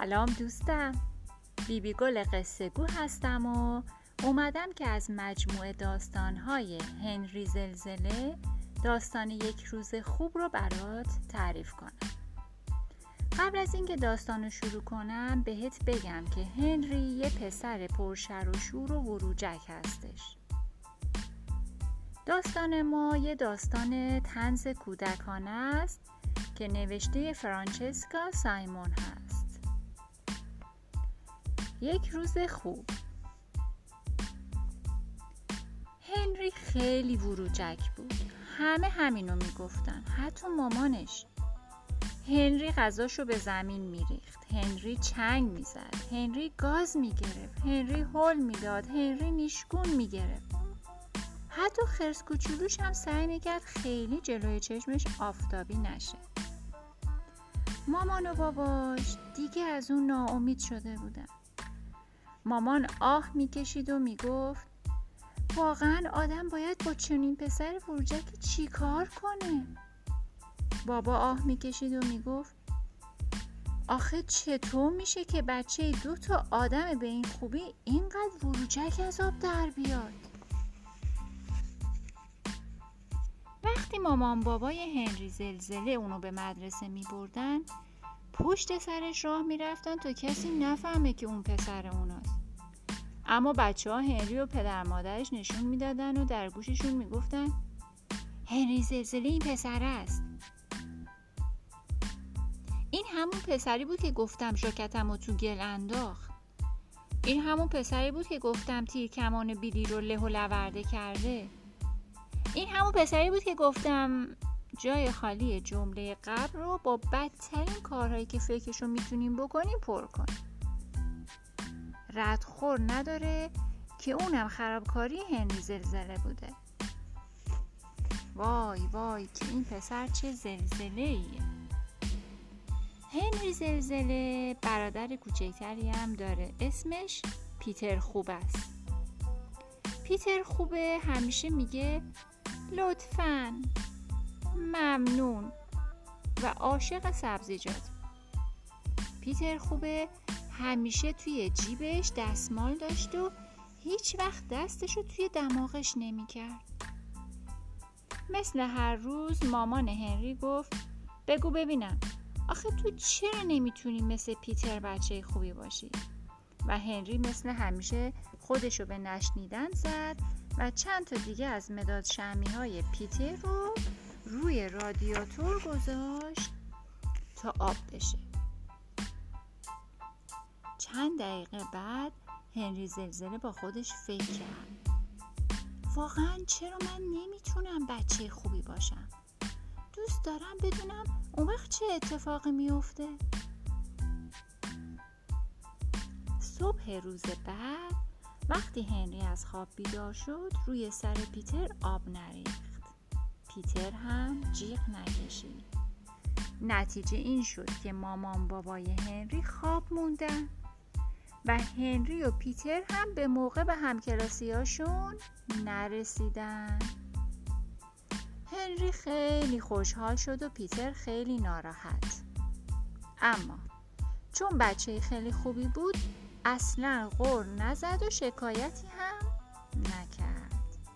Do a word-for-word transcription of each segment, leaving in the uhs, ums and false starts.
سلام دوستم، بیبی گل قصه گو هستم و اومدم که از مجموعه داستان‌های هنری زلزله داستان یک روز خوب رو برات تعریف کنم. قبل از اینکه داستان رو شروع کنم بهت بگم که هنری یه پسر پرشر و شور و وروجک هستش. داستان ما یه داستان طنز کودکانه است که نوشته فرانچسکا سایمون هست. یک روز خوب. هنری خیلی وروجک بود. همه همینو میگفتن، حتی مامانش. هنری غذاشو به زمین میریخت، هنری چنگ میزد، هنری گاز میگرفت، هنری هول میداد، هنری نیشگون میگرفت. حتی خرس کوچولوش هم سعی میکرد خیلی جلوی چشمش آفتابی نشه. مامان و باباش دیگه از اون ناامید شده بودن. مامان آه میکشید و میگفت واقعا آدم باید با چنین پسر وروجک چی کار کنه؟ بابا آه میکشید و میگفت آخه چطور میشه که بچه دو تا آدم به این خوبی اینقدر وروجک از آب در بیاد؟ وقتی مامان بابای هنری زلزله اونو به مدرسه میبردن پشت سرش راه میرفتن تا کسی نفهمه که اون پسر اوناست. اما بچه ها هنری و پدر مادرش نشون میدادن و در گوششون میگفتن هنری زلزله این پسر است. این همون پسری بود که گفتم ژاکتم رو تو گل انداخت. این همون پسری بود که گفتم تیر کمان بیلی رو له و لورده کرده. این همون پسری بود که گفتم جای خالی جمله قبل رو با بدترین کارهایی که فکرشو میتونیم بکنیم پر کن. ردخور نداره که اونم خرابکاری هنری زلزله بوده. وای وای که این پسر چه زلزله ایه. هنری زلزله برادر کوچکتری هم داره، اسمش پیتر خوب است. پیتر خوبه همیشه میگه لطفاً، ممنون و عاشق سبزیجات. پیتر خوبه همیشه توی جیبش دستمال داشت و هیچ وقت دستشو توی دماغش نمی کرد. مثل هر روز مامان هنری گفت بگو ببینم آخه تو چرا نمیتونی مثل پیتر بچه خوبی باشی؟ و هنری مثل همیشه خودشو به نشنیدن زد و چند تا دیگه از مداد شمعی های پیتر رو روی رادیاتور گذاشت تا آب بشه. چند دقیقه بعد هنری زلزله با خودش فکر کرد واقعا چرا من نمیتونم بچه خوبی باشم؟ دوست دارم بدونم اون وقت چه اتفاقی میفته. صبح روز بعد وقتی هنری از خواب بیدار شد روی سر پیتر آب نریخت. پیتر هم جیغ نکشید. نتیجه این شد که مامان بابای هنری خواب موندن و هنری و پیتر هم به موقع به همکلاسیاشون نرسیدن. هنری خیلی خوشحال شد و پیتر خیلی ناراحت. اما چون بچه خیلی خوبی بود اصلا غر نزد و شکایتی هم نکرد.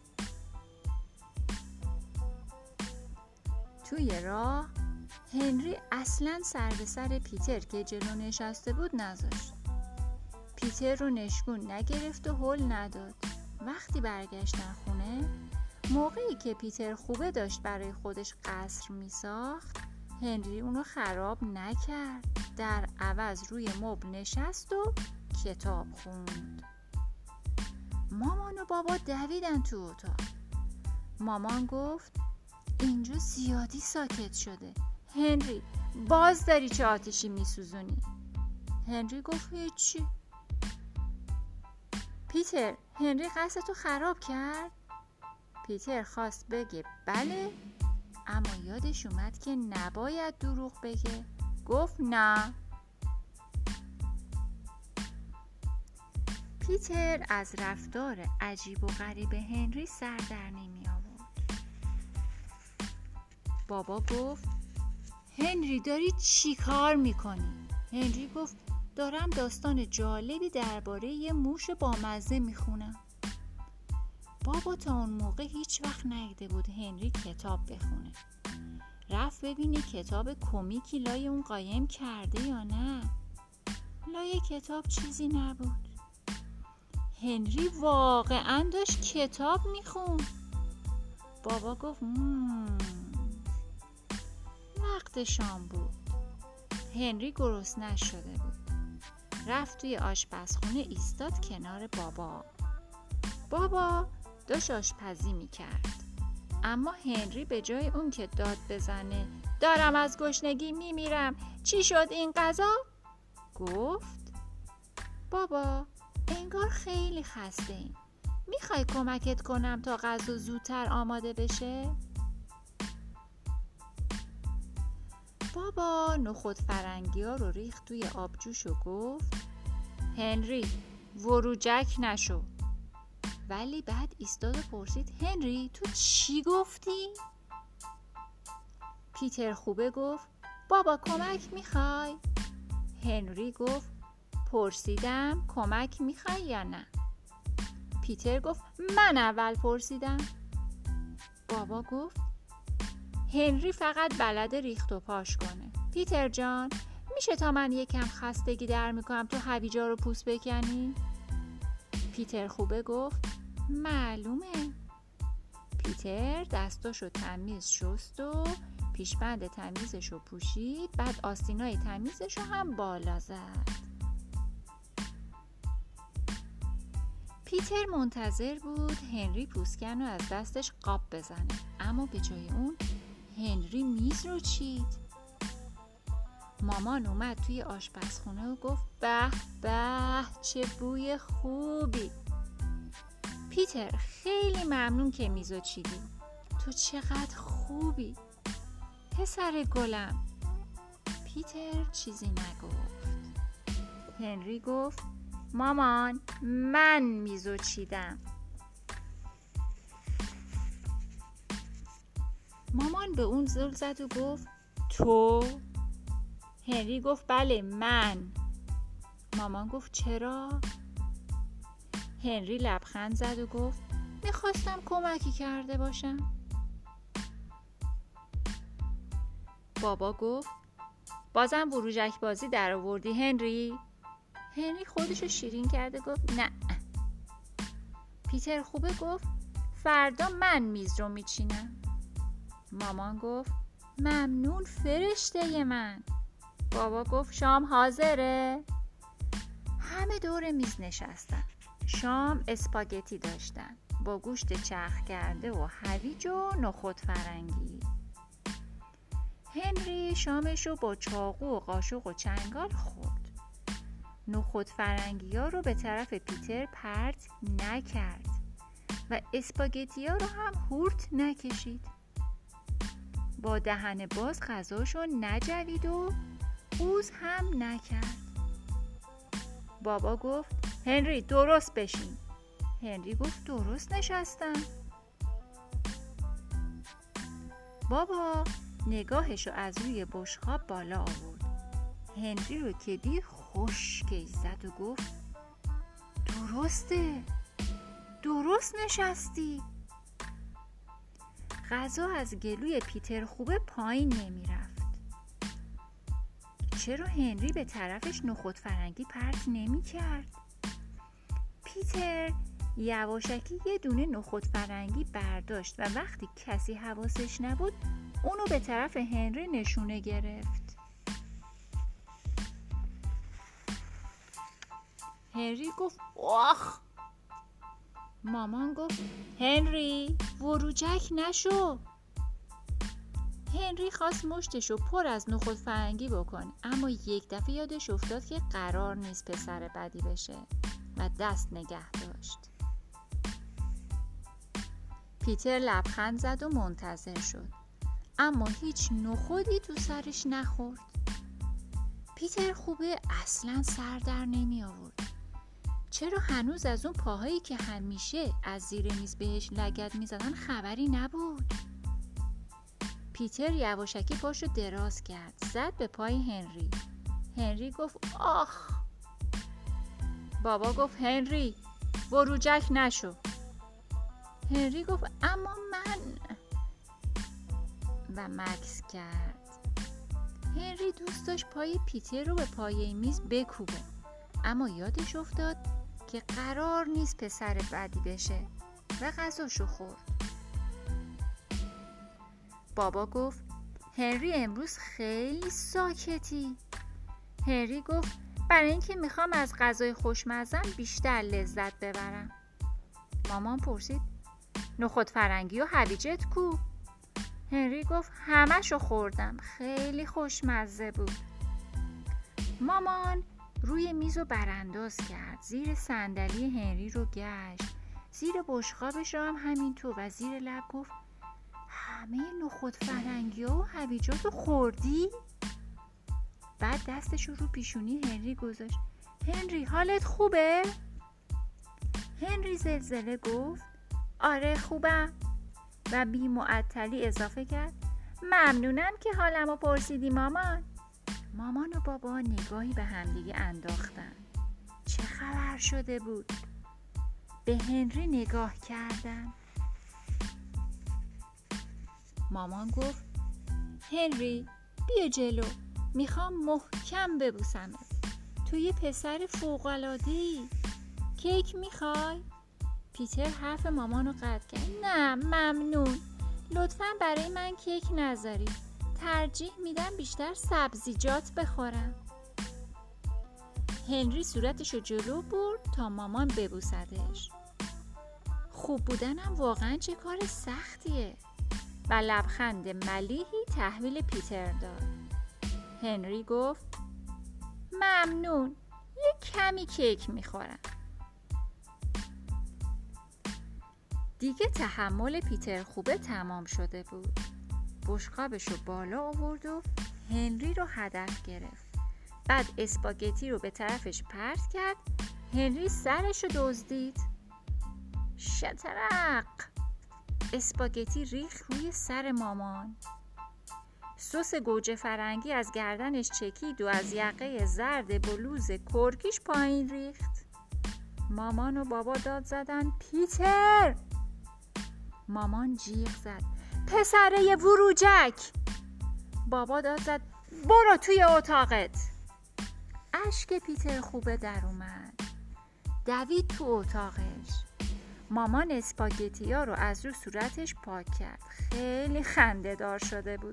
توی راه هنری اصلا سر به سر پیتر که جلو نشسته بود نذاشت. پیتر رو نشگون نگرفت و هول نداد. وقتی برگشتن خونه موقعی که پیتر خوبه داشت برای خودش قصر می ساخت هنری اونو خراب نکرد. در عوض روی مبل نشست و کتاب خوند. مامان و بابا دویدن تو اتاق. مامان گفت اینجا زیادی ساکت شده. هنری باز داری چه آتیشی میسوزونی؟ هنری گفت هیچی. پیتر هنری قصدتو خراب کرد؟ پیتر خواست بگه بله اما یادش اومد که نباید دروغ بگه. گفت نه. پیتر از رفتار عجیب و غریب هنری سر در نمی آورد. بابا گفت هنری داری چی کار میکنی؟ هنری گفت دارم داستان جالبی درباره یه موش بامزه میخونم. بابا تا اون موقع هیچ وقت ندیده بود هنری کتاب بخونه. رفت ببینه کتاب کمیکی لای اون قایم کرده یا نه. لای کتاب چیزی نبود. هنری واقعا داشت کتاب میخون. بابا گفت مم. وقت شام بود. هنری گرسنه شده بود. رفت توی آشپزخونه ایستاد کنار بابا. بابا داشت آشپزی میکرد. اما هنری به جای اون که داد بزنه دارم از گشنگی میمیرم، چی شد این غذا؟ گفت بابا انگار خیلی خسته ایم. میخوای کمکت کنم تا غذا زودتر آماده بشه؟ بابا نخود فرنگی ها رو ریخت توی آبجوش و گفت هنری وروجک نشو. ولی بعد ایستاد و پرسید هنری تو چی گفتی؟ پیتر خوبه گفت بابا کمک میخوای؟ هنری گفت پرسیدم کمک میخوای یا نه؟ پیتر گفت من اول پرسیدم. بابا گفت هنری فقط بلده ریخت و پاش کنه. پیتر جان میشه تا من یکم خستگی در میکنم تو هویجا رو پوست بکنی؟ پیتر خوبه گفت معلومه. پیتر دستاشو تمیز شست و پیشبند تمیزشو پوشید، بعد آستینای تمیزشو هم بالا زد. پیتر منتظر بود هنری پوستکن رو از دستش قاب بزنه، اما به جای اون هنری میز رو چید. مامان اومد توی آشپزخونه و گفت به به چه بوی خوبی. پیتر خیلی ممنون که میزو چیدی. تو چقدر خوبی پسر گلم. پیتر چیزی نگفت. هنری گفت مامان من میزو چیدم. مامان به اون زل زد و گفت تو؟ هنری گفت بله من. مامان گفت چرا؟ هنری لبخند زد و گفت میخواستم کمکی کرده باشم. بابا گفت بازم بروژک بازی در آوردی هنری؟ هنری خودشو شیرین کرده گفت نه. پیتر خوبه گفت فردا من میز رو میچینم. مامان گفت ممنون فرشته من. بابا گفت شام حاضره؟ همه دور میز نشستن. شام اسپاگتی داشتن با گوشت چرخ کرده و هویج و نخود فرنگی. هنری شامشو با چاقو و قاشق و چنگال خورد. نخود فرنگی ها رو به طرف پیتر پرت نکرد و اسپاگتی ها رو هم هورت نکشید. با دهن باز غذاشو نجوید و قوز هم نکرد. بابا گفت هنری درست بشین. هنری گفت درست نشستم. بابا نگاهشو از روی بشقاب بالا آورد. هنری رو که دید خشکش زد و گفت درسته، درست نشستی. غذا از گلوی پیتر خوبه پایین نمی رفت. چرا هنری به طرفش نخود فرنگی پرت نمی کرد؟ پیتر یواشکی یه دونه نخود فرنگی برداشت و وقتی کسی حواسش نبود اونو به طرف هنری نشونه گرفت. هنری گفت آخ. مامان گفت هنری وروجک نشو. هنری خواست مشتشو پر از نخود فرنگی بکنه، اما یک دفعه یادش افتاد که قرار نیست پسر بدی بشه و دست نگه داشت. پیتر لبخند زد و منتظر شد، اما هیچ نخودی تو سرش نخورد. پیتر خوبه اصلاً سر در نمی آورد. چرا هنوز از اون پاهایی که همیشه از زیر میز بهش لگد می زدن خبری نبود؟ پیتر یواشکی پاشو دراز کرد، زد به پای هنری. هنری گفت آخ. بابا گفت هنری وروجک نشو. هنری گفت اما من، و مکث کرد. هنری دوست داشت پای پیتر رو به پایه میز بکوبه، اما یادش افتاد که قرار نیست پسر بدی بشه و غذاشو خورد. بابا گفت هنری امروز خیلی ساکتی. هنری گفت برای اینکه میخوام از غذای خوشمزم بیشتر لذت ببرم. مامان پرسید نخود فرنگی و هویجت کو؟ هنری گفت همه‌شو خوردم، خیلی خوشمزه بود. مامان روی میز رو برانداز کرد، زیر صندلی هنری رو گشت، زیر بشقابش رو هم همینطور و زیر لب گفت همه نخود فرنگی و هویجات رو خوردی؟ بعد دستش رو پیشونی هنری گذاشت. هنری حالت خوبه؟ هنری زلزله گفت آره خوبم، و بی معطلی اضافه کرد ممنونم که حالمو پرسیدی مامان. مامان و بابا نگاهی به همدیگه انداختن. چه خبر شده بود؟ به هنری نگاه کردن. مامان گفت هنری بیا جلو، میخوام محکم ببوسمت. تو یه پسر فوق‌العاده‌ای. کیک میخوای؟ پیتر حرف مامانو قطع کرد. نه ممنون، لطفاً برای من کیک نذاری، ترجیح میدم بیشتر سبزیجات بخورم. هنری صورتشو جلو برد تا مامان ببوسدش. خوب بودنم واقعاً چه کار سختیه، و لبخند ملیحی تحویل پیتر داد. هنری گفت ممنون، یه کمی کیک میخورم. دیگه تحمل پیتر خوبه تمام شده بود. بشقابشو بالا آورد و هنری رو هدف گرفت. بعد اسپاگتی رو به طرفش پرت کرد. هنری سرشو دزدید. شترق! اسپاگتی ریخت روی سر مامان. سس گوجه فرنگی از گردنش چکید و از یقه زرد بلوز کرکیش پایین ریخت. مامان و بابا داد زدن پیتر! مامان جیغ زد پسره وروجک! بابا داد زد برو توی اتاقت! اشک پیتر خوبه در اومد. دوید تو اتاقش. مامان اسپاگتی ها رو از رو صورتش پاک کرد. خیلی خنده دار شده بود.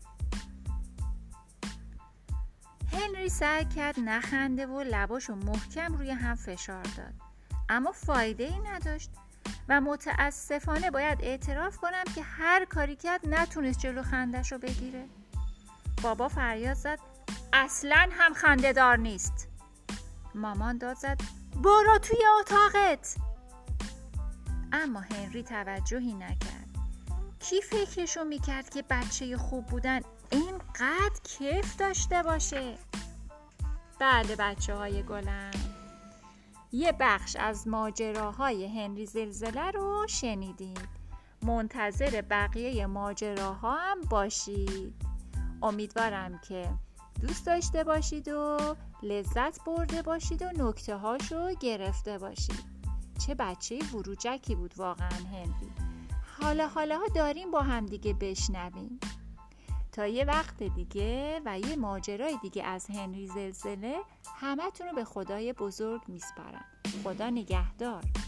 هنری سعی کرد نخنده و لباشو محکم روی هم فشار داد، اما فایده ای نداشت و متاسفانه باید اعتراف کنم که هر کاری کرد نتونست جلو خنده‌شو بگیره. بابا فریاد زد اصلاً هم خنده دار نیست. مامان داد زد برو توی اتاقت! اما هنری توجهی نکرد. کی فکرشو میکرد که بچه خوب بودن اینقدر کیف داشته باشه؟ بله بچه های گلم، یه بخش از ماجراهای هنری زلزله رو شنیدید. منتظر بقیه ماجراها هم باشید. امیدوارم که دوست داشته باشید و لذت برده باشید و نکته هاشو گرفته باشید. چه بچه وروجکی بود واقعا هنری. حالا حالا داریم با هم دیگه بشنویم. تا یه وقت دیگه و یه ماجرای دیگه از هنری زلزله، همه تون رو به خدای بزرگ میسپارم. خدا نگهدار.